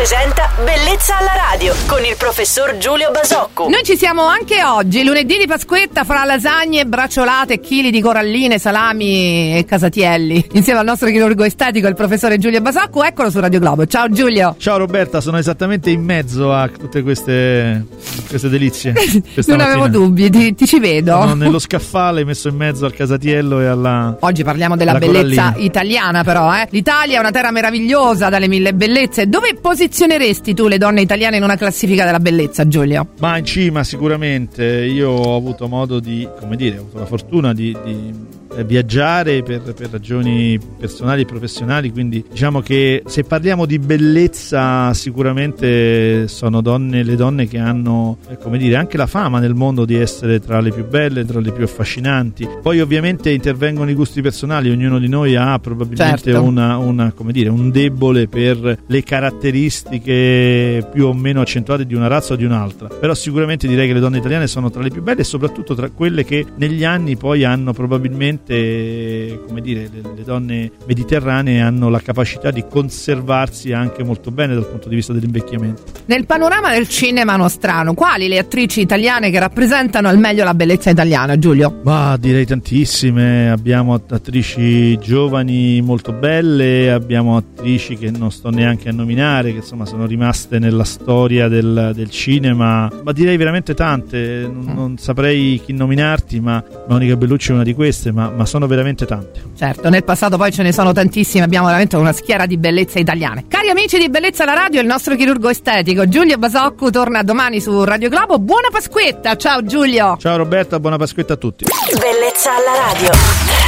presenta Bellezza alla radio con il professor Giulio Basocco. Noi ci siamo anche oggi, lunedì di Pasquetta, fra lasagne, bracciolate, chili di coralline, salami e casatielli, insieme al nostro chirurgo estetico, il professore Giulio Basocco. Eccolo su Radio Globo. Ciao Giulio. Ciao Roberta, sono esattamente in mezzo a tutte queste delizie. Non avevo dubbi, ti ci vedo. Sono nello scaffale messo in mezzo al casatiello e alla... Oggi parliamo della bellezza italiana, però, L'Italia è una terra meravigliosa dalle mille bellezze. Dove posizioneresti tu le donne italiane in una classifica della bellezza, Giulio? Ma in cima sicuramente. Io ho avuto modo di, ho avuto la fortuna di viaggiare per ragioni personali e professionali, quindi diciamo che se parliamo di bellezza sicuramente sono le donne che hanno anche la fama nel mondo di essere tra le più belle, tra le più affascinanti. Poi ovviamente intervengono i gusti personali, ognuno di noi ha probabilmente un debole per le caratteristiche più o meno accentuate di una razza o di un'altra, però sicuramente direi che le donne italiane sono tra le più belle e soprattutto tra quelle che negli anni poi hanno probabilmente le donne mediterranee hanno la capacità di conservarsi anche molto bene dal punto di vista dell'invecchiamento. Nel panorama del cinema nostrano, quali le attrici italiane che rappresentano al meglio la bellezza italiana, Giulio? Direi tantissime. Abbiamo attrici giovani molto belle, abbiamo attrici che non sto neanche a nominare, che insomma sono rimaste nella storia del cinema, ma direi veramente tante. Non saprei chi nominarti, ma Monica Bellucci è una di queste, ma sono veramente tante. Certo, nel passato poi ce ne sono tantissime, abbiamo veramente una schiera di bellezze italiane. Cari amici di Bellezza alla Radio, il nostro chirurgo estetico Giulio Basocco torna domani su Radio Globo. Buona Pasquetta, ciao Giulio. Ciao Roberta, buona Pasquetta a tutti. Bellezza alla radio.